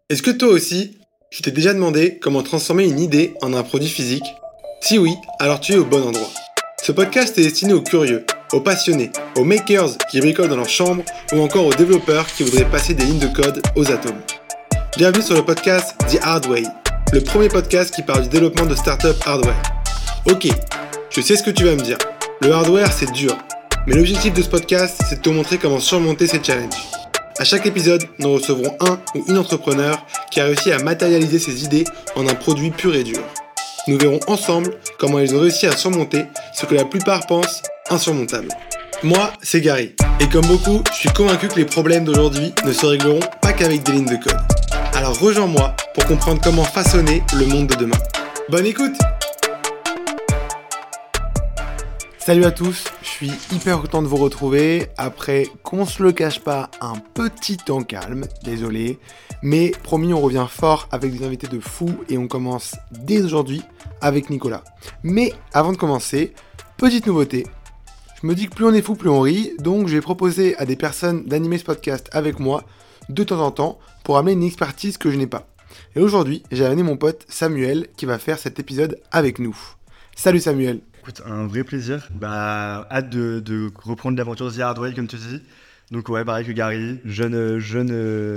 Est-ce que toi aussi, tu t'es déjà demandé comment transformer une idée en un produit physique? Si oui, alors tu es au bon endroit. Ce podcast est destiné aux curieux, aux passionnés, aux makers qui bricolent dans leur chambre ou encore aux développeurs qui voudraient passer des lignes de code aux atomes. Bienvenue sur le podcast The Hard Way, le premier podcast qui parle du développement de startup hardware. Ok, je sais ce que tu vas me dire. Le hardware, c'est dur. Mais l'objectif de ce podcast, c'est de te montrer comment surmonter ces challenges. À chaque épisode, nous recevrons un ou une entrepreneur qui a réussi à matérialiser ses idées en un produit pur et dur. Nous verrons ensemble comment ils ont réussi à surmonter ce que la plupart pensent insurmontable. Moi, c'est Gary, et comme beaucoup, je suis convaincu que les problèmes d'aujourd'hui ne se régleront pas qu'avec des lignes de code. Alors rejoins-moi pour comprendre comment façonner le monde de demain. Bonne écoute! Salut à tous, je suis hyper content de vous retrouver après qu'on se le cache pas un petit temps calme, désolé, mais promis on revient fort avec des invités de fou et on commence dès aujourd'hui avec Nicolas. Mais avant de commencer, petite nouveauté, je me dis que plus on est fou, plus on rit, donc je vais proposer à des personnes d'animer ce podcast avec moi de temps en temps pour amener une expertise que je n'ai pas. Et aujourd'hui, j'ai amené mon pote Samuel qui va faire cet épisode avec nous. Salut Samuel! Écoute, un vrai plaisir. Hâte de reprendre l'aventure The Hard Way, comme tu dis. Donc ouais, pareil que Gary, jeune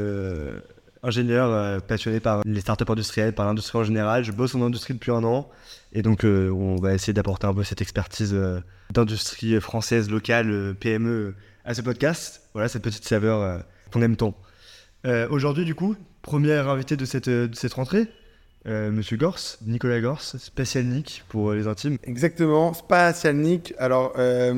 ingénieur passionné par les startups industrielles, par l'industrie en général. Je bosse en industrie depuis 1 an. Et donc on va essayer d'apporter un peu cette expertise d'industrie française, locale, PME à ce podcast. Voilà, cette petite saveur qu'on aime tant. Aujourd'hui, du coup, première invité de cette rentrée. Monsieur Gors, Nicolas Gors, Spatial Nick pour les intimes. Exactement, Spatial Nick. Alors,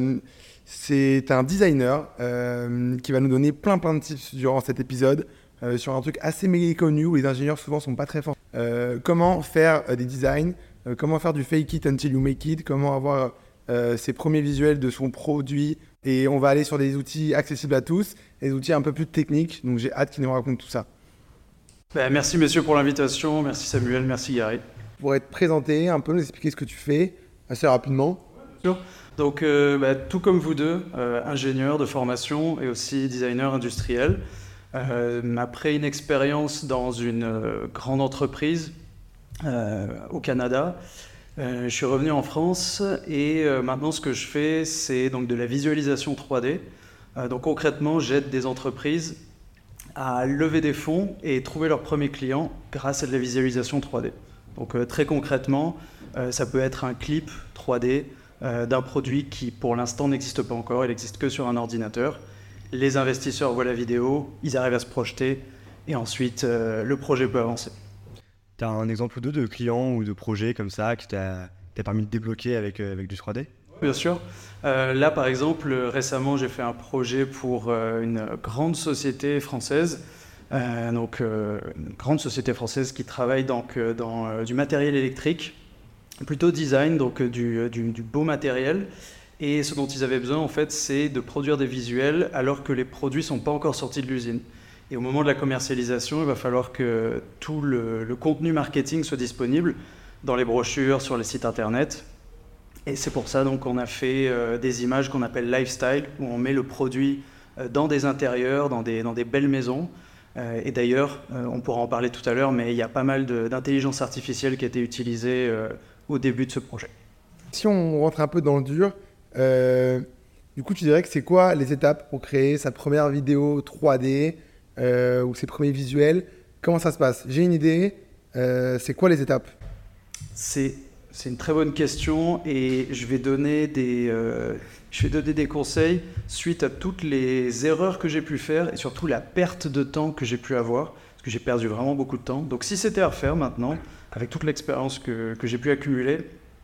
c'est un designer qui va nous donner plein de tips durant cet épisode sur un truc assez méconnu où les ingénieurs souvent sont pas très forts. Comment faire des designs, comment faire du fake it until you make it, comment avoir ses premiers visuels de son produit. Et on va aller sur des outils accessibles à tous, des outils un peu plus techniques. Donc j'ai hâte qu'il nous raconte tout ça. Merci messieurs pour l'invitation, merci Samuel, merci Gary. Pour être présenté, un peu nous expliquer ce que tu fais assez rapidement. Bien sûr. Donc tout comme vous deux, ingénieur de formation et aussi designer industriel. Après une expérience dans une grande entreprise au Canada, je suis revenu en France et maintenant ce que je fais c'est donc de la visualisation 3D. Donc concrètement j'aide des entreprises à lever des fonds et trouver leurs premiers clients grâce à de la visualisation 3D. Donc très concrètement, ça peut être un clip 3D d'un produit qui pour l'instant n'existe pas encore, il n'existe que sur un ordinateur. Les investisseurs voient la vidéo, ils arrivent à se projeter et ensuite le projet peut avancer. Tu as un exemple ou deux de clients ou de projets comme ça qui t'a permis de débloquer avec du 3D ? Bien sûr. Là, par exemple, récemment, j'ai fait un projet pour une grande société française. Une grande société française qui travaille dans du matériel électrique, plutôt design, donc du beau matériel. Et ce dont ils avaient besoin, en fait, c'est de produire des visuels alors que les produits ne sont pas encore sortis de l'usine. Et au moment de la commercialisation, il va falloir que tout le contenu marketing soit disponible dans les brochures, sur les sites internet. Et c'est pour ça donc qu'on a fait des images qu'on appelle lifestyle, où on met le produit dans des intérieurs, dans des belles maisons. Et d'ailleurs, on pourra en parler tout à l'heure, mais il y a pas mal d'intelligence artificielle qui a été utilisée au début de ce projet. Si on rentre un peu dans le dur, du coup tu dirais que c'est quoi les étapes pour créer sa première vidéo 3D ou ses premiers visuels? Comment ça se passe? J'ai une idée, c'est quoi les étapes? C'est une très bonne question et je vais donner des conseils suite à toutes les erreurs que j'ai pu faire et surtout la perte de temps que j'ai pu avoir, parce que j'ai perdu vraiment beaucoup de temps. Donc si c'était à refaire maintenant, avec toute l'expérience que j'ai pu accumuler,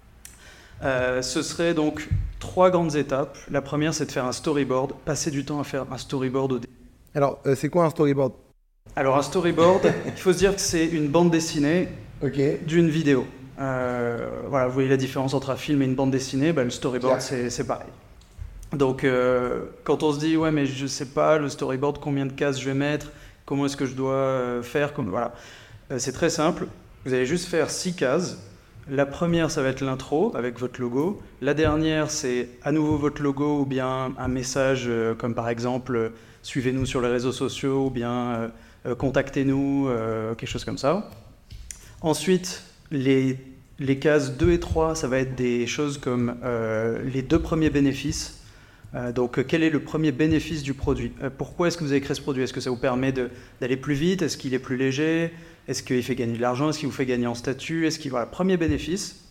ce serait donc 3 grandes étapes. La première, c'est de faire un storyboard, passer du temps à faire un storyboard au début. Alors, c'est quoi un storyboard? Alors un storyboard, il faut se dire que c'est une bande dessinée d'une vidéo. Voilà, vous voyez la différence entre un film et une bande dessinée, le storyboard c'est pareil. Donc quand on se dit ouais mais je sais pas le storyboard combien de cases je vais mettre, comment est-ce que je dois faire, voilà. C'est très simple, vous allez juste faire 6 cases. La première ça va être l'intro avec votre logo, la dernière c'est à nouveau votre logo ou bien un message comme par exemple suivez-nous sur les réseaux sociaux ou bien contactez-nous, quelque chose comme ça. Ensuite, les cases 2 et 3, ça va être des choses comme les 2 premiers bénéfices. Donc, quel est le premier bénéfice du produit? Pourquoi est-ce que vous avez créé ce produit? Est-ce que ça vous permet d'aller plus vite? Est-ce qu'il est plus léger? Est-ce qu'il fait gagner de l'argent? Est-ce qu'il vous fait gagner en statut? Voilà, premier bénéfice.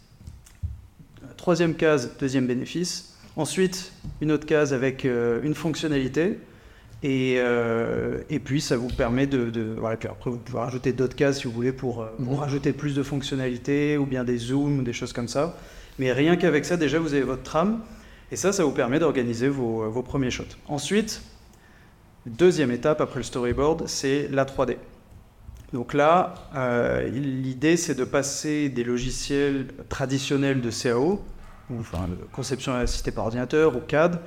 Troisième case, deuxième bénéfice. Ensuite, une autre case avec une fonctionnalité. Et puis, ça vous permet voilà, puis après, vous pouvez rajouter d'autres cases si vous voulez pour rajouter plus de fonctionnalités ou bien des zooms ou des choses comme ça. Mais rien qu'avec ça, déjà, vous avez votre trame. Et ça vous permet d'organiser vos premiers shots. Ensuite, deuxième étape après le storyboard, c'est la 3D. Donc là, l'idée, c'est de passer des logiciels traditionnels de CAO, enfin conception assistée par ordinateur ou CAD,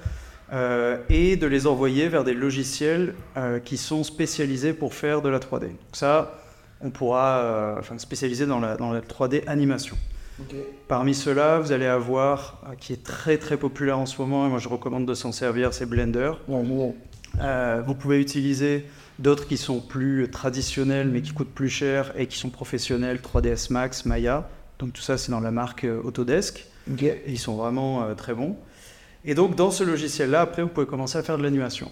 et de les envoyer vers des logiciels qui sont spécialisés pour faire de la 3D. Donc ça, on pourra spécialiser dans la 3D animation. Okay. Parmi ceux-là, vous allez avoir, qui est très très populaire en ce moment, et moi je recommande de s'en servir, c'est Blender. Vous pouvez utiliser d'autres qui sont plus traditionnels mais qui coûtent plus cher et qui sont professionnels, 3ds Max, Maya. Donc tout ça c'est dans la marque Autodesk. Okay. Et ils sont vraiment très bons. Et donc dans ce logiciel-là, après vous pouvez commencer à faire de l'animation.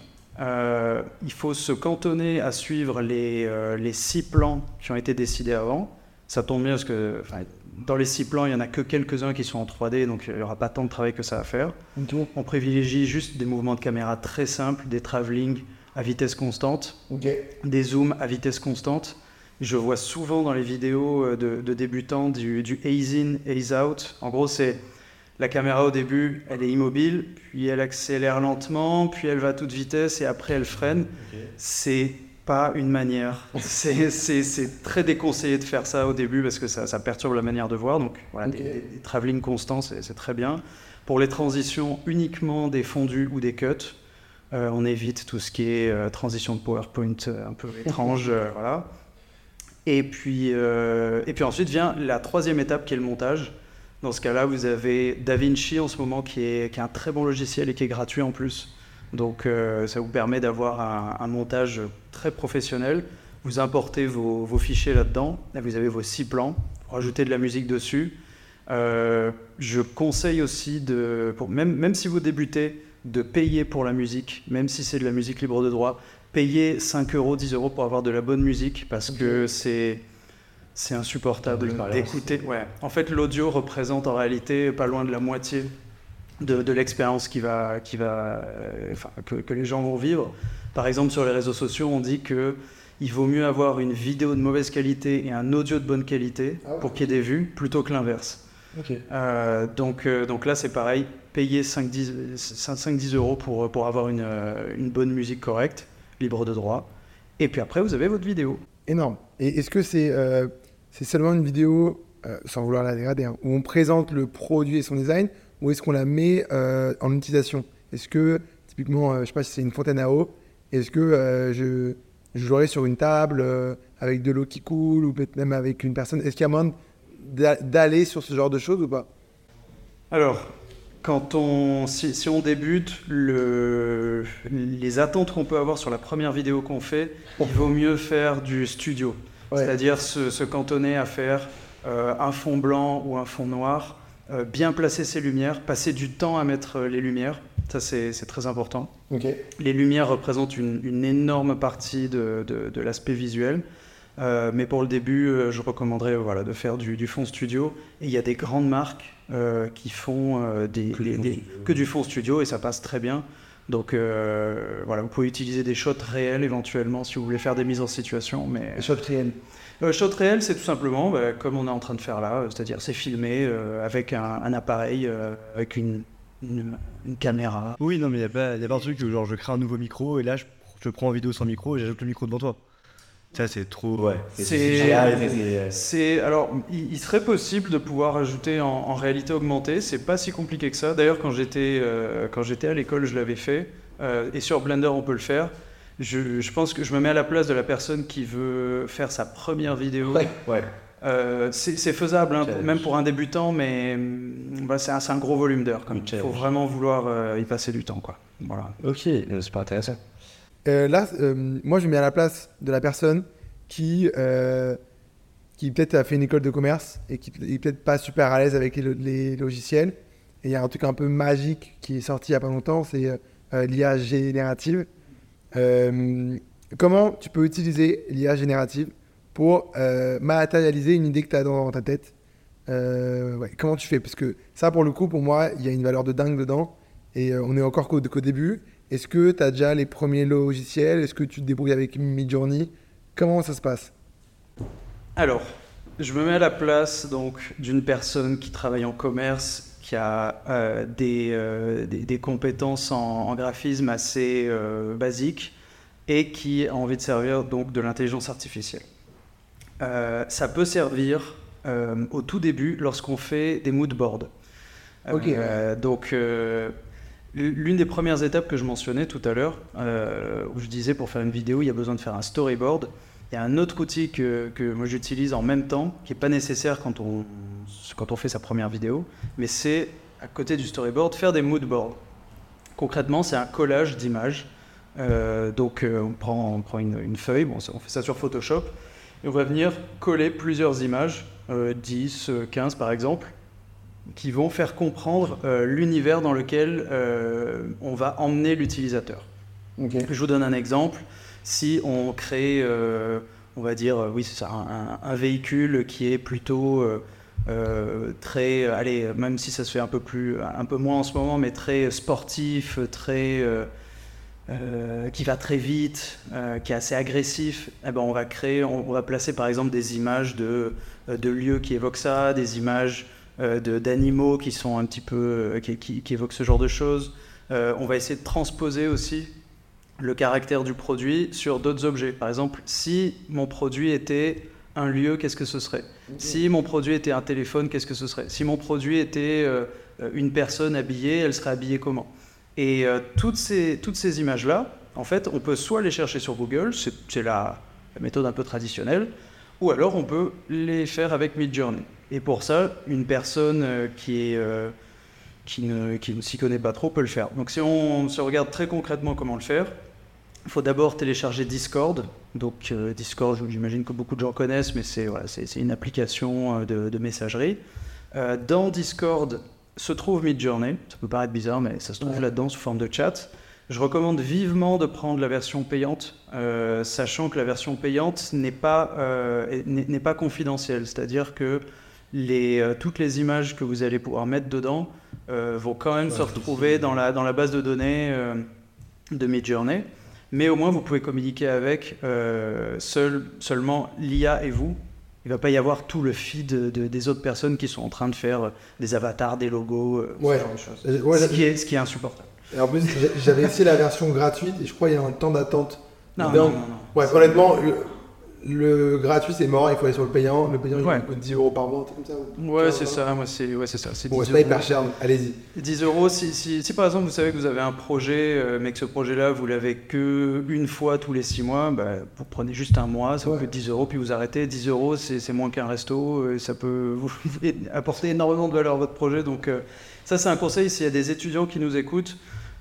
Il faut se cantonner à suivre les 6 plans qui ont été décidés avant. Ça tombe bien parce que dans les 6 plans, il n'y en a que quelques-uns qui sont en 3D, donc il n'y aura pas tant de travail que ça à faire. On privilégie juste des mouvements de caméra très simples, des travelling à vitesse constante, des zooms à vitesse constante. Je vois souvent dans les vidéos de débutants du ease in, ease out. En gros, c'est la caméra au début, elle est immobile, puis elle accélère lentement, puis elle va à toute vitesse et après elle freine. C'est pas une manière. C'est très déconseillé de faire ça au début parce que ça perturbe la manière de voir. Donc voilà, des travelling constants, c'est très bien. Pour les transitions, uniquement des fondus ou des cuts. On évite tout ce qui est transition de PowerPoint un peu étrange. Voilà. Et puis ensuite vient la 3e étape qui est le montage. Dans ce cas-là, vous avez DaVinci en ce moment qui est un très bon logiciel et qui est gratuit en plus. Donc ça vous permet d'avoir un montage très professionnel. Vous importez vos fichiers là-dedans. Là, vous avez vos 6 plans. Vous rajoutez de la musique dessus. Je conseille aussi, même si vous débutez, de payer pour la musique, même si c'est de la musique libre de droit. Payez 5 €, 10 € pour avoir de la bonne musique parce que c'est insupportable d'écouter. Ouais. En fait, l'audio représente en réalité pas loin de la moitié de l'expérience que les gens vont vivre. Par exemple, sur les réseaux sociaux, on dit qu'il vaut mieux avoir une vidéo de mauvaise qualité et un audio de bonne qualité pour qu'il y ait des vues, plutôt que l'inverse. Okay. Donc là, c'est pareil, payer 5-10 € pour avoir une bonne musique correcte, libre de droit, et puis après, vous avez votre vidéo. Énorme. Et est-ce que c'est seulement une vidéo, sans vouloir la dégrader, hein, où on présente le produit et son design, ou est-ce qu'on la met en utilisation? Est-ce que, typiquement, je ne sais pas si c'est une fontaine à eau, est-ce que je jouerais sur une table avec de l'eau qui coule, ou peut-être même avec une personne? Est-ce qu'il y a moyen d'aller sur ce genre de choses ou pas? Alors, si on débute, les attentes qu'on peut avoir sur la première vidéo qu'on fait, il vaut mieux faire du studio. Ouais. C'est-à-dire se cantonner à faire un fond blanc ou un fond noir, bien placer ses lumières, passer du temps à mettre les lumières. Ça, c'est très important. Okay. Les lumières représentent une énorme partie de l'aspect visuel. Mais pour le début, je recommanderais de faire du fond studio. Et il y a des grandes marques qui font que du fond studio et ça passe très bien. Donc vous pouvez utiliser des shots réels éventuellement si vous voulez faire des mises en situation. Mais shots réels. Shot réel, c'est tout simplement comme on est en train de faire là, c'est-à-dire c'est filmé avec un appareil, avec une caméra. Oui, non, mais il y a pas un truc où genre je crée un nouveau micro et là je prends en vidéo sans micro et j'ajoute le micro devant toi. Ça, c'est trop... Ouais. Alors, il serait possible de pouvoir ajouter en réalité augmentée. C'est pas si compliqué que ça. D'ailleurs, quand j'étais à l'école, je l'avais fait. Et sur Blender, on peut le faire. Je pense que je me mets à la place de la personne qui veut faire sa première vidéo. Ouais. C'est faisable, hein, même pour un débutant, mais c'est un gros volume d'heures. Il faut vraiment vouloir y passer du temps, quoi. Voilà. Ok, c'est pas intéressant. Moi, je me mets à la place de la personne qui peut-être a fait une école de commerce et qui est peut-être pas super à l'aise avec les logiciels. Et il y a un truc un peu magique qui est sorti il n'y a pas longtemps, c'est l'IA générative. Comment tu peux utiliser l'IA générative pour matérialiser une idée que tu as dans ta tête? Comment tu fais? Parce que ça, pour le coup, pour moi, il y a une valeur de dingue dedans. Et on est encore qu'au début. Est-ce que tu as déjà les premiers logiciels? Est-ce que tu te débrouilles avec Midjourney? Comment ça se passe? Alors, je me mets à la place donc d'une personne qui travaille en commerce, qui a des compétences en graphisme assez basiques et qui a envie de servir donc de l'intelligence artificielle. Ça peut servir au tout début lorsqu'on fait des mood boards. Ok. Donc, l'une des premières étapes que je mentionnais tout à l'heure, où je disais pour faire une vidéo, il y a besoin de faire un storyboard. Il y a un autre outil que moi j'utilise en même temps, qui n'est pas nécessaire quand on fait sa première vidéo, mais c'est, à côté du storyboard, faire des mood boards. Concrètement, c'est un collage d'images. On prend une feuille, on fait ça sur Photoshop, et on va venir coller plusieurs images, 10, 15 par exemple, qui vont faire comprendre l'univers dans lequel on va emmener l'utilisateur. Okay. Je vous donne un exemple. Si on crée, on va dire, oui c'est ça, un véhicule qui est plutôt très, allez, même si ça se fait un peu moins en ce moment, mais très sportif, qui va très vite, qui est assez agressif, eh ben on va placer par exemple des images de lieux qui évoquent ça, des images d'animaux qui sont un petit peu, qui évoquent ce genre de choses. On va essayer de transposer aussi le caractère du produit sur d'autres objets. Par exemple, si mon produit était un lieu, qu'est-ce que ce serait? Si mon produit était un téléphone, qu'est-ce que ce serait? Si mon produit était une personne habillée, elle serait habillée comment? Et toutes ces images-là, en fait, on peut soit les chercher sur Google, c'est la méthode un peu traditionnelle, ou alors on peut les faire avec Midjourney. Et pour ça, une personne qui ne s'y connaît pas trop peut le faire. Donc si on se regarde très concrètement comment le faire, il faut d'abord télécharger Discord. Donc Discord, j'imagine que beaucoup de gens connaissent, mais c'est une application de messagerie. Dans Discord se trouve Midjourney. Ça peut paraître bizarre, mais ça se trouve là-dedans sous forme de chat. Je recommande vivement de prendre la version payante, sachant que la version payante n'est pas confidentielle. C'est-à-dire que toutes les images que vous allez pouvoir mettre dedans vont quand même se retrouver dans la base de données de Midjourney. Mais au moins, vous pouvez communiquer avec seulement l'IA et vous. Il ne va pas y avoir tout le feed des autres personnes qui sont en train de faire des avatars, des logos, ce genre de choses. Ce qui est insupportable. Et en plus, j'avais essayé la version gratuite et je crois qu'il y a un temps d'attente. Non. Ouais, honnêtement, le gratuit c'est mort, il faut aller sur le payant. Le payant il coûte 10 € par mois, comme ça. Ouais, c'est ça. Moi, c'est ça. C'est 10 c'est pas hyper cher, allez-y. 10 €, si par exemple vous savez que vous avez un projet, mais que ce projet-là vous l'avez qu'une fois tous les 6 mois, vous prenez juste un mois, ça vous coûte 10 € puis vous arrêtez. 10 € c'est moins qu'un resto, et ça peut vous apporter énormément de valeur à votre projet. Donc ça c'est un conseil s'il y a des étudiants qui nous écoutent.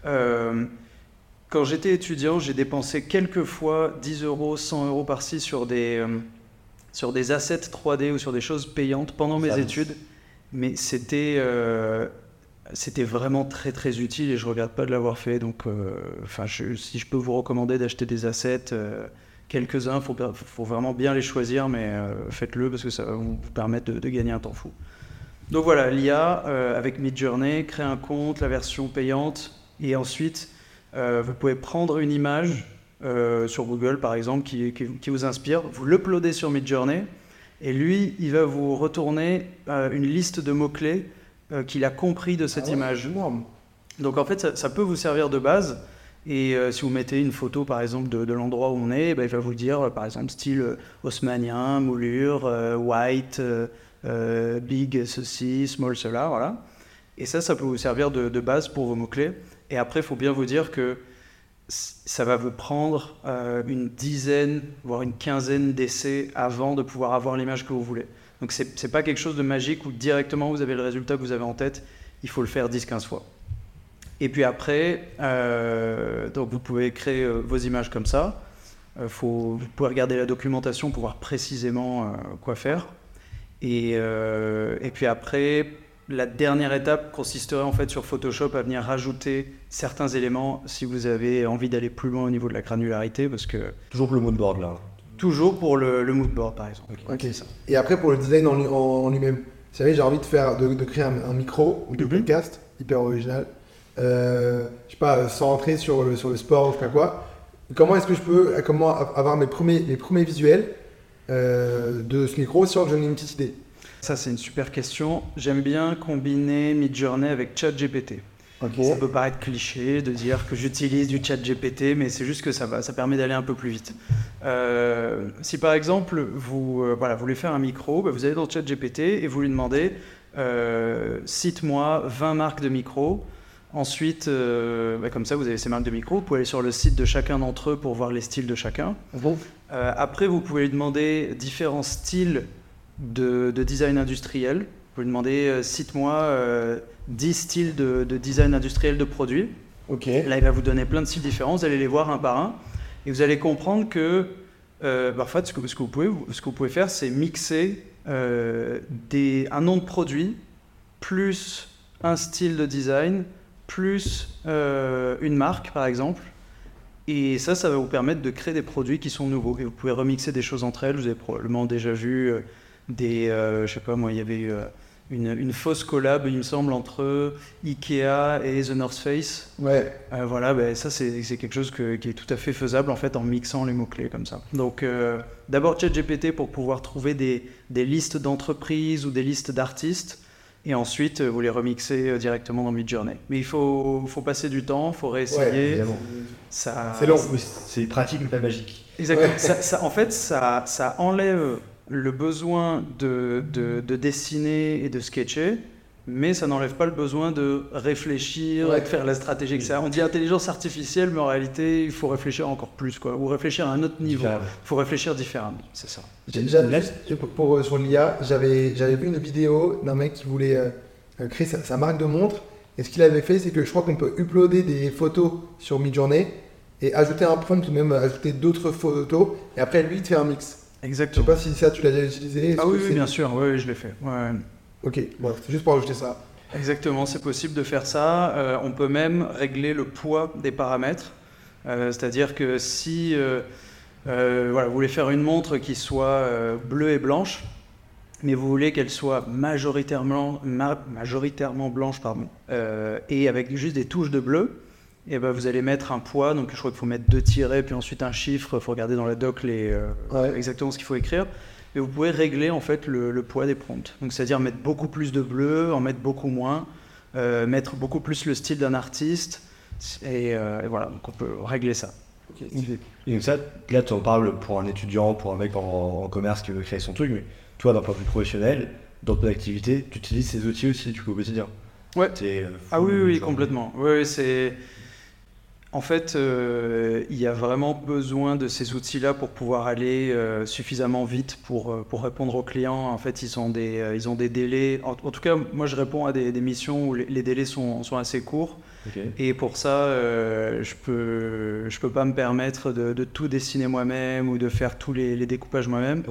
Quand j'étais étudiant, j'ai dépensé quelques fois 10 €, 100 € par-ci sur des assets 3D ou sur des choses payantes pendant mes études. Mais c'était vraiment très très utile et je ne regrette pas de l'avoir fait. Donc, si je peux vous recommander d'acheter des assets, quelques-uns, il faut vraiment bien les choisir, mais faites-le parce que ça va vous permettre de gagner un temps fou. Donc voilà, l'IA avec Midjourney, créer un compte, la version payante, et ensuite vous pouvez prendre une image sur Google par exemple qui vous inspire, vous l'uploadez sur Midjourney et lui il va vous retourner une liste de mots-clés qu'il a compris de cette image. Énorme. Donc en fait ça peut vous servir de base et si vous mettez une photo par exemple de l'endroit où on est, il va vous dire par exemple style haussmannien, moulure, white, big ceci, small cela, voilà. Et ça peut vous servir de base pour vos mots-clés. Et après, il faut bien vous dire que ça va vous prendre une dizaine, voire une quinzaine d'essais avant de pouvoir avoir l'image que vous voulez. Donc, ce n'est pas quelque chose de magique où directement vous avez le résultat que vous avez en tête. Il faut le faire 10-15 fois. Et puis après, donc vous pouvez créer vos images comme ça. Vous pouvez regarder la documentation pour voir précisément quoi faire. Et puis après, la dernière étape consisterait en fait sur Photoshop à venir rajouter certains éléments si vous avez envie d'aller plus loin au niveau de la granularité, parce que Toujours pour le mood board là. toujours pour le mood board par exemple. Ok. Et après, pour le design en lui-même, vous savez, j'ai envie de créer un micro ou de podcast hyper original. Je sais pas, sans rentrer sur le sport ou je sais pas quoi. Comment est-ce que je peux avoir mes premiers visuels de ce micro si j'en ai une petite idée? Ça, c'est une super question. J'aime bien combiner Midjourney avec ChatGPT. Ok. Ça peut paraître cliché de dire que j'utilise du ChatGPT, mais c'est juste que ça permet d'aller un peu plus vite. Si par exemple, vous voulez faire un micro, vous allez dans ChatGPT et vous lui demandez cite-moi 20 marques de micros. Ensuite, comme ça, vous avez ces marques de micros. Vous pouvez aller sur le site de chacun d'entre eux pour voir les styles de chacun. Après, vous pouvez lui demander différents styles de design industriel. Vous pouvez lui demander cite-moi 10 styles de design industriel de produits. Ok. Là, il va vous donner plein de styles différents. Vous allez les voir un par un. Et vous allez comprendre que en fait, ce que vous pouvez faire, c'est mixer un nom de produit plus un style de design plus une marque, par exemple. Et ça va vous permettre de créer des produits qui sont nouveaux. Et vous pouvez remixer des choses entre elles. Vous avez probablement déjà vu je sais pas moi, il y avait une fausse collab, il me semble, entre Ikea et The North Face. Ouais. Ça c'est quelque chose qui est tout à fait faisable en fait en mixant les mots-clés comme ça. Donc d'abord ChatGPT pour pouvoir trouver des listes d'entreprises ou des listes d'artistes. Et ensuite, vous les remixez directement dans Midjourney. Mais il faut passer du temps, il faut réessayer. Ouais, évidemment. C'est long. C'est pratique mais pas magique. Exactement. Ouais. En fait, ça enlève le besoin de dessiner et de sketcher, mais ça n'enlève pas le besoin de réfléchir, de faire la stratégie, etc. On dit intelligence artificielle, mais en réalité, il faut réfléchir encore plus, quoi, ou réfléchir à un autre niveau. Il faut réfléchir différemment, c'est ça. Sur l'IA, j'avais vu une vidéo d'un mec qui voulait créer sa marque de montre. Et ce qu'il avait fait, c'est que je crois qu'on peut uploader des photos sur Midjourney et ajouter un prompt ou même ajouter d'autres photos. Et après, lui, il te fait un mix. Exactement. Je sais pas si ça, tu l'as déjà utilisé. Ah oui, bien sûr. Oui, je l'ai fait. Ouais. Ok, bon, c'est juste pour ajouter ça. Exactement, c'est possible de faire ça. On peut même régler le poids des paramètres. C'est-à-dire que si vous voulez faire une montre qui soit bleue et blanche, mais vous voulez qu'elle soit majoritairement blanche, et avec juste des touches de bleu, et vous allez mettre un poids. Donc je crois qu'il faut mettre 2 tirets, puis ensuite un chiffre. Il faut regarder dans la doc exactement ce qu'il faut écrire. Et vous pouvez régler en fait le poids des prompts. Donc c'est-à-dire mettre beaucoup plus de bleu, en mettre beaucoup moins, mettre beaucoup plus le style d'un artiste. Et voilà, donc on peut régler ça. Okay. Et donc ça, là tu en parles pour un étudiant, pour un mec en commerce qui veut créer son truc, mais toi d'un point de vue professionnel, dans ton activité, tu utilises ces outils aussi du coup au quotidien. Ouais. Oui, complètement. Oui, c'est... En fait, il y a vraiment besoin de ces outils-là pour pouvoir aller suffisamment vite pour répondre aux clients. En fait, ils ont des délais. En tout cas, moi, je réponds à des missions où les délais sont assez courts. Okay. Et pour ça, je peux pas me permettre de tout dessiner moi-même ou de faire tous les découpages moi-même.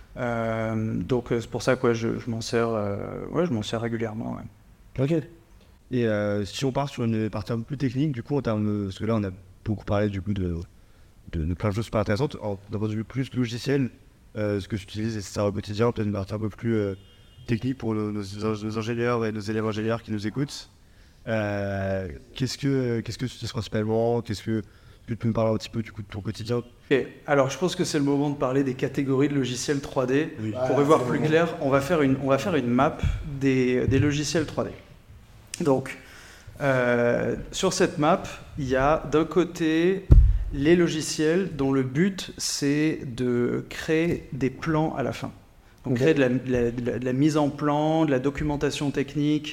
Donc, c'est pour ça que je m'en sers régulièrement. Ouais. Ok. Et si on part sur une partie un peu plus technique, du coup, en termes de... Parce que là, on a beaucoup parlé du coup de plein de choses super intéressantes. D'un point de vue plus logiciel, ce que j'utilise, etc. au quotidien, peut-être une partie un peu plus technique pour nos ingénieurs et nos élèves ingénieurs qui nous écoutent. Qu'est-ce que tu utilises principalement? Qu'est-ce que tu peux me parler un petit peu du coup de ton quotidien? Okay. Alors, je pense que c'est le moment de parler des catégories de logiciels 3D. Oui. Pour y voir plus clair, on va faire une map des logiciels 3D. Donc, sur cette map, il y a d'un côté les logiciels dont le but, c'est de créer des plans à la fin. Donc, créer de la mise en plan, de la documentation technique,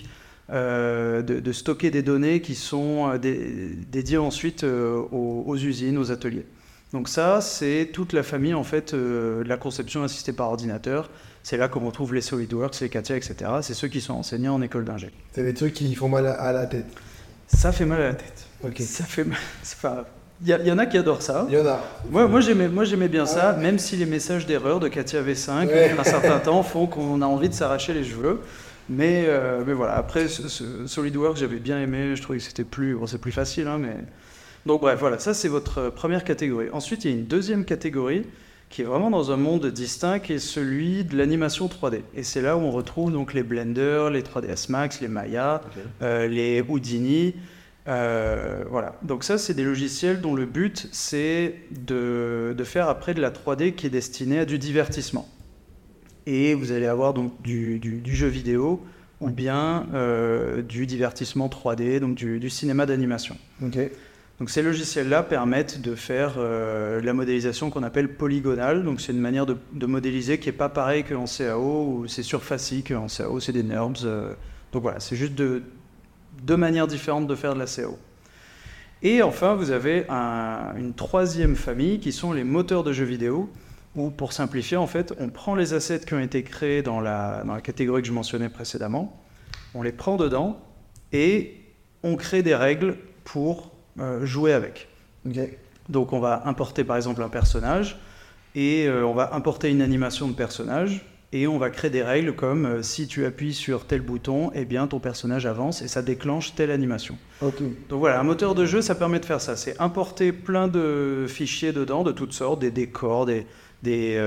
de stocker des données qui sont dédiées ensuite aux usines, aux ateliers. Donc ça, c'est toute la famille en fait de la conception assistée par ordinateur. C'est là qu'on retrouve les SolidWorks, les CATIA, etc. C'est ceux qui sont enseignés en école d'ingé. C'est des trucs qui font mal à la tête. Ça fait mal à la tête. Ok. Ça fait mal. Il y en a qui adorent ça. Il y en a. Moi j'aimais bien ça, même si les messages d'erreur de Katia V5, Ouais. un certain temps, font qu'on a envie de s'arracher les cheveux. Mais voilà, après, SolidWorks, j'avais bien aimé, je trouvais que c'était c'est plus facile. Hein, mais... Donc bref, voilà, ça c'est votre première catégorie. Ensuite, il y a une deuxième catégorie qui est vraiment dans un monde distinct, qui est celui de l'animation 3D. Et c'est là où on retrouve donc les Blender, les 3ds Max, les Maya, les Houdini. Voilà. Donc ça, c'est des logiciels dont le but, c'est de faire après de la 3D qui est destinée à du divertissement. Et vous allez avoir donc du jeu vidéo ou bien du divertissement 3D, donc du cinéma d'animation. Ok. Donc ces logiciels-là permettent de faire la modélisation qu'on appelle polygonale. Donc c'est une manière de modéliser qui n'est pas pareil qu'en CAO, ou c'est surfacique qu'en CAO, c'est des NURBS. Donc voilà, c'est juste deux manières différentes de faire de la CAO. Et enfin, vous avez une troisième famille qui sont les moteurs de jeux vidéo, où pour simplifier, en fait, on prend les assets qui ont été créés dans la catégorie que je mentionnais précédemment, on les prend dedans et on crée des règles pour jouer avec. Ok. Donc on va importer par exemple un personnage et on va importer une animation de personnage et on va créer des règles comme si tu appuies sur tel bouton, eh bien ton personnage avance et ça déclenche telle animation. Ok. Donc voilà, un moteur de jeu, ça permet de faire ça. C'est importer plein de fichiers dedans, de toutes sortes, des décors, des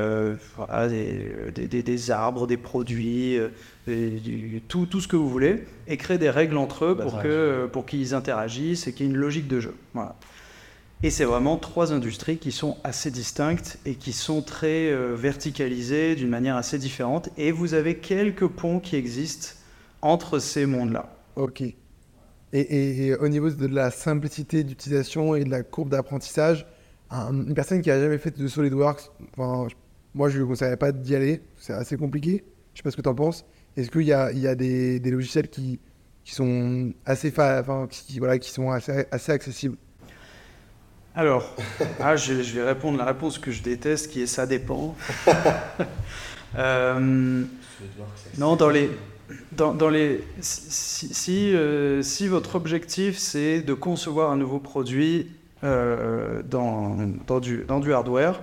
arbres, des produits, tout ce que vous voulez, et créer des règles entre eux pour qu'ils interagissent et qu'il y ait une logique de jeu. Voilà. Et c'est vraiment trois industries qui sont assez distinctes et qui sont très verticalisées d'une manière assez différente. Et vous avez quelques ponts qui existent entre ces mondes-là. Ok. Et au niveau de la simplicité d'utilisation et de la courbe d'apprentissage, une personne qui n'a jamais fait de SolidWorks, moi je ne lui conseillerais pas d'y aller, c'est assez compliqué. Je ne sais pas ce que tu en penses. Est-ce qu'il y a des logiciels qui sont assez, qui sont assez accessibles? Alors, je vais répondre la réponse que je déteste, qui est ça dépend. Non, si votre objectif c'est de concevoir un nouveau produit dans du hardware,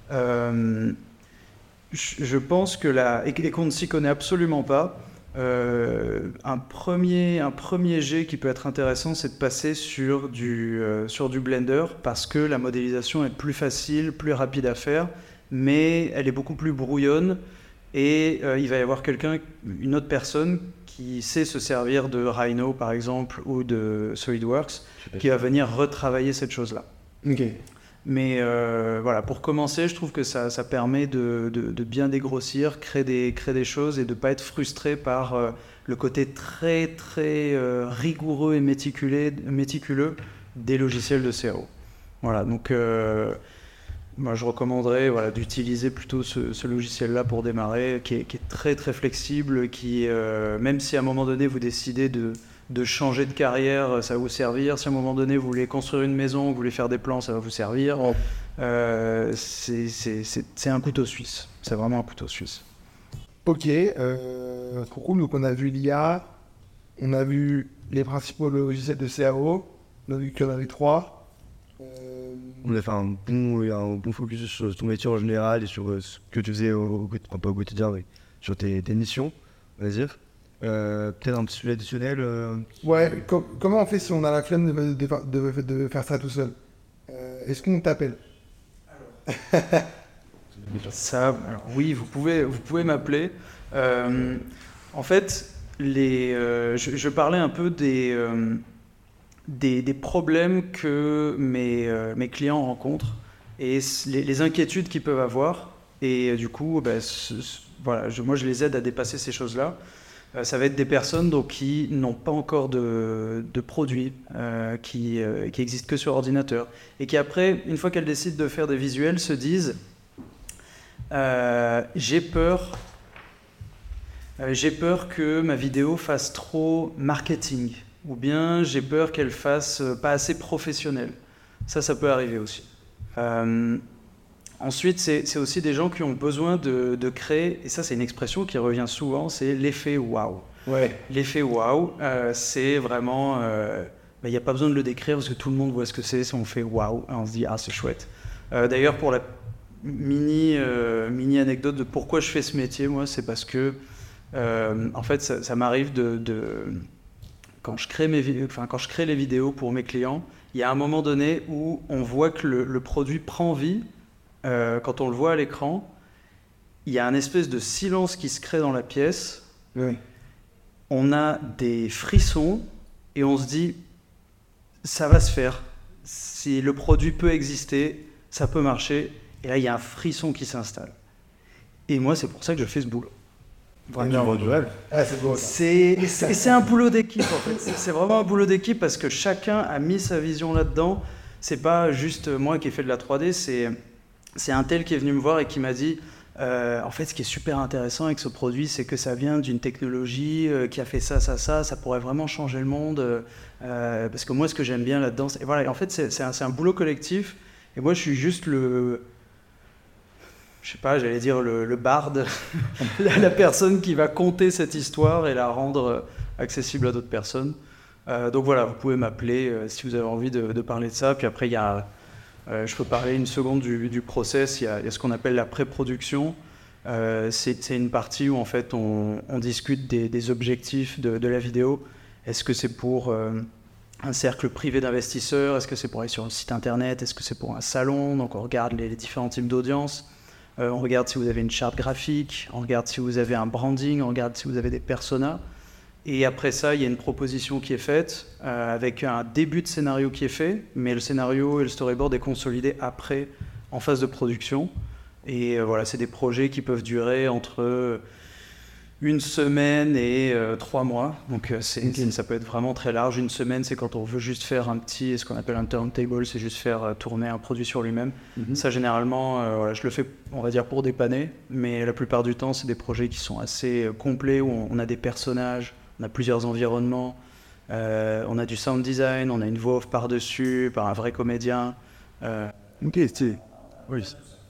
je pense que et qu'on ne s'y connaît absolument pas, un premier jet qui peut être intéressant, c'est de passer sur du Blender, parce que la modélisation est plus facile, plus rapide à faire, mais elle est beaucoup plus brouillonne et il va y avoir une autre personne qui sait se servir de Rhino par exemple ou de SolidWorks qui va venir retravailler cette chose-là. Ok. Mais voilà, pour commencer, je trouve que ça permet de bien dégrossir, créer des choses et de ne pas être frustré par le côté très très rigoureux et méticuleux des logiciels de CAO. Voilà, donc moi je recommanderais d'utiliser plutôt ce logiciel-là pour démarrer, qui est très très flexible, qui même si à un moment donné vous décidez de changer de carrière, ça va vous servir. Si à un moment donné vous voulez construire une maison, vous voulez faire des plans, ça va vous servir. Oh. C'est un couteau suisse. C'est vraiment un couteau suisse. Ok, trop cool. Donc on a vu l'IA, on a vu les principaux logiciels de CAO, on a vu qu'il y en avait 3. On a fait un bon focus sur ton métier en général et sur ce que tu faisais pas au quotidien, mais sur tes missions, on va dire. Peut-être un petit sujet additionnel. Ouais, comment on fait si on a la flemme de faire ça tout seul? Est-ce qu'on t'appelle? Alors, oui, vous pouvez m'appeler. En fait, je parlais un peu des problèmes que mes clients rencontrent et les inquiétudes qu'ils peuvent avoir. Et du coup, moi je les aide à dépasser ces choses-là. Ça va être des personnes qui n'ont pas encore de produits, qui existent que sur ordinateur, et qui après, une fois qu'elles décident de faire des visuels, se disent j'ai peur que ma vidéo fasse trop marketing, ou bien j'ai peur qu'elle fasse pas assez professionnelle. Ça peut arriver aussi. Ensuite, c'est aussi des gens qui ont besoin de créer, et ça c'est une expression qui revient souvent, c'est l'effet waouh. Ouais. L'effet waouh, c'est vraiment il n'y a pas besoin de le décrire parce que tout le monde voit ce que c'est. On fait waouh, on se dit ah c'est chouette. D'ailleurs, pour la mini anecdote de pourquoi je fais ce métier, moi, c'est parce que en fait, ça m'arrive quand je crée les vidéos pour mes clients, il y a un moment donné où on voit que le produit prend vie. Quand on le voit à l'écran, il y a un espèce de silence qui se crée dans la pièce. Oui. On a des frissons et on se dit ça va se faire. Si le produit peut exister, ça peut marcher. Et là, il y a un frisson qui s'installe. Et moi, c'est pour ça que je fais ce boulot. Vraiment du rêve. Ah, c'est beau. Ça. C'est un boulot d'équipe, en fait. C'est vraiment un boulot d'équipe parce que chacun a mis sa vision là-dedans. C'est pas juste moi qui ai fait de la 3D, c'est un tel qui est venu me voir et qui m'a dit en fait, ce qui est super intéressant avec ce produit, c'est que ça vient d'une technologie qui a fait ça pourrait vraiment changer le monde. Parce que moi, ce que j'aime bien là-dedans, et voilà, en fait, c'est un boulot collectif. Et moi, je suis juste je sais pas, j'allais dire le barde, la personne qui va conter cette histoire et la rendre accessible à d'autres personnes. Donc voilà, vous pouvez m'appeler si vous avez envie de parler de ça. Puis après, je peux parler une seconde du process. Il y a ce qu'on appelle la pré-production. C'est une partie où en fait on discute des objectifs de la vidéo. Est-ce que c'est pour un cercle privé d'investisseurs? Est-ce que c'est pour aller sur un site internet? Est-ce que c'est pour un salon? Donc on regarde les différents types d'audience. On regarde si vous avez une charte graphique, on regarde si vous avez un branding, on regarde si vous avez des personas. Et après ça, il y a une proposition qui est faite avec un début de scénario qui est fait, mais le scénario et le storyboard est consolidé après, en phase de production. Et voilà, c'est des projets qui peuvent durer entre une semaine et 3 mois. Donc ça peut être vraiment très large. Une semaine, c'est quand on veut juste faire ce qu'on appelle un turntable, c'est juste faire tourner un produit sur lui-même. Ça, généralement, voilà, je le fais, on va dire, pour dépanner, mais la plupart du temps, c'est des projets qui sont assez complets, où on a des personnages, on a plusieurs environnements, on a du sound design, on a une voix off par-dessus, par un vrai comédien. Ok, stylé. Oui.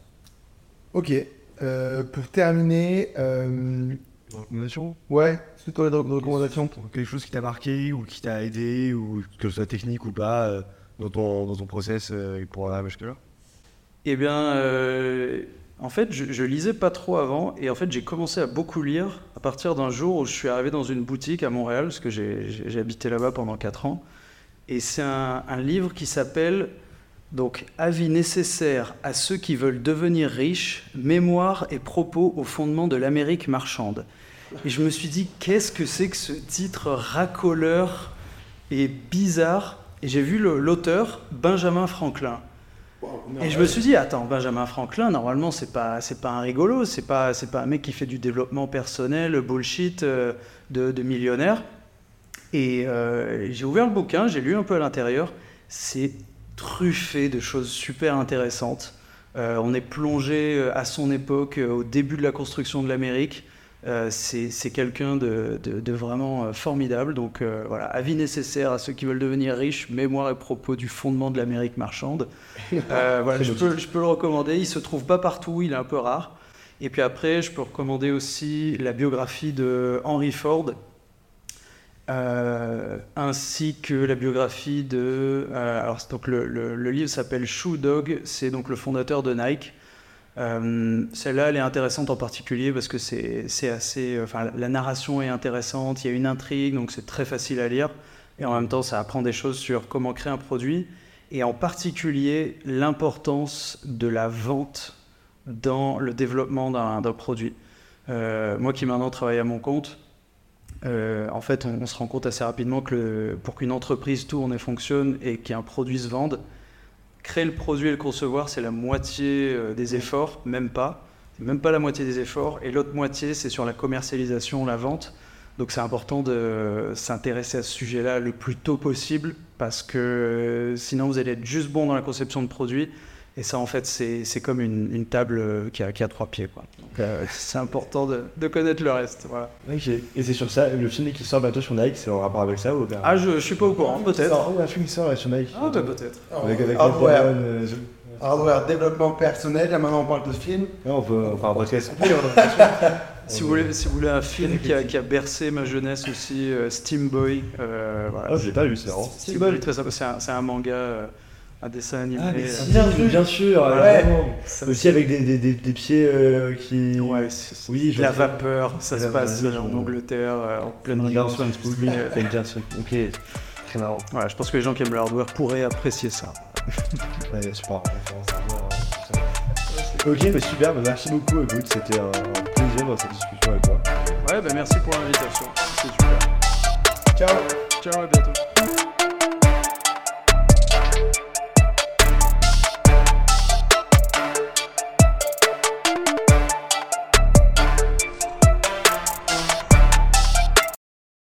Ok. Pour terminer, Recommandation? ouais, c'est toi les recommandations. Quelque chose qui t'a marqué ou qui t'a aidé, ou que ce soit technique ou pas, dans ton process pour en arriver jusque-là? Eh bien, en fait, je lisais pas trop avant, et en fait, j'ai commencé à beaucoup lire à partir d'un jour où je suis arrivé dans une boutique à Montréal, parce que j'ai habité là-bas pendant 4 ans, et c'est un livre qui s'appelle donc Avis nécessaires à ceux qui veulent devenir riches, mémoires et propos au fondement de l'Amérique marchande. Et je me suis dit, qu'est-ce que c'est que ce titre racoleur et bizarre? Et j'ai vu l'auteur, Benjamin Franklin. Et je me suis dit, attends, Benjamin Franklin, normalement, c'est pas un rigolo, c'est pas un mec qui fait du développement personnel, bullshit, de millionnaire. Et j'ai ouvert le bouquin, j'ai lu un peu à l'intérieur, c'est truffé de choses super intéressantes. On est plongé à son époque, au début de la construction de l'Amérique. C'est quelqu'un de vraiment formidable. Donc voilà, avis nécessaires à ceux qui veulent devenir riches, mémoire et propos du fondement de l'Amérique marchande. Voilà, je peux le recommander. Il se trouve pas partout, il est un peu rare. Et puis après, je peux recommander aussi la biographie de Henry Ford, ainsi que la biographie de... alors donc le livre s'appelle Shoe Dog, c'est donc le fondateur de Nike. Celle-là, elle est intéressante en particulier parce que c'est assez... Enfin, la narration est intéressante, il y a une intrigue, donc c'est très facile à lire. Et en même temps, ça apprend des choses sur comment créer un produit, et en particulier l'importance de la vente dans le développement d'un produit. Moi qui maintenant travaille à mon compte, en fait, on se rend compte assez rapidement que pour qu'une entreprise tourne et fonctionne et qu'un produit se vende, créer le produit et le concevoir, c'est la moitié des efforts, même pas la moitié des efforts, et l'autre moitié, c'est sur la commercialisation, la vente. Donc c'est important de s'intéresser à ce sujet-là le plus tôt possible, parce que sinon vous allez être juste bon dans la conception de produits, et ça en fait c'est comme une table qui a 3 pieds, quoi. Donc c'est important de connaître le reste, voilà. Okay. Et c'est sur ça, le film qui sort bientôt sur Nike, c'est en rapport avec ça ou bien... Ah, je suis pas au courant, peut-être. Un film qui sort sur Nike. Ah, peut-être. Avec ouais. hardware, développement personnel. Là, maintenant, on parle de film. Ouais, on peut faire un podcast. Si vous voulez un film qui a bercé ma jeunesse aussi, Steam Boy. Voilà. Oh, je l'ai pas vu, c'est marrant. Steam Boy, très sympa. C'est un manga, un dessin animé. Ah, mais c'est bien sûr. Ouais. Aussi avec des pieds qui. Ouais, oui, la vapeur, ça se passe ouais, en Angleterre, en pleine Indiana rivière. Jones. Ok, très marrant. Voilà, je pense que les gens qui aiment le hardware pourraient apprécier ça. Ouais, super. Ok, mais super, merci beaucoup. Écoute, c'était un plaisir dans cette discussion avec toi. Ouais, merci pour l'invitation. C'est super. Ciao. Ciao, à bientôt.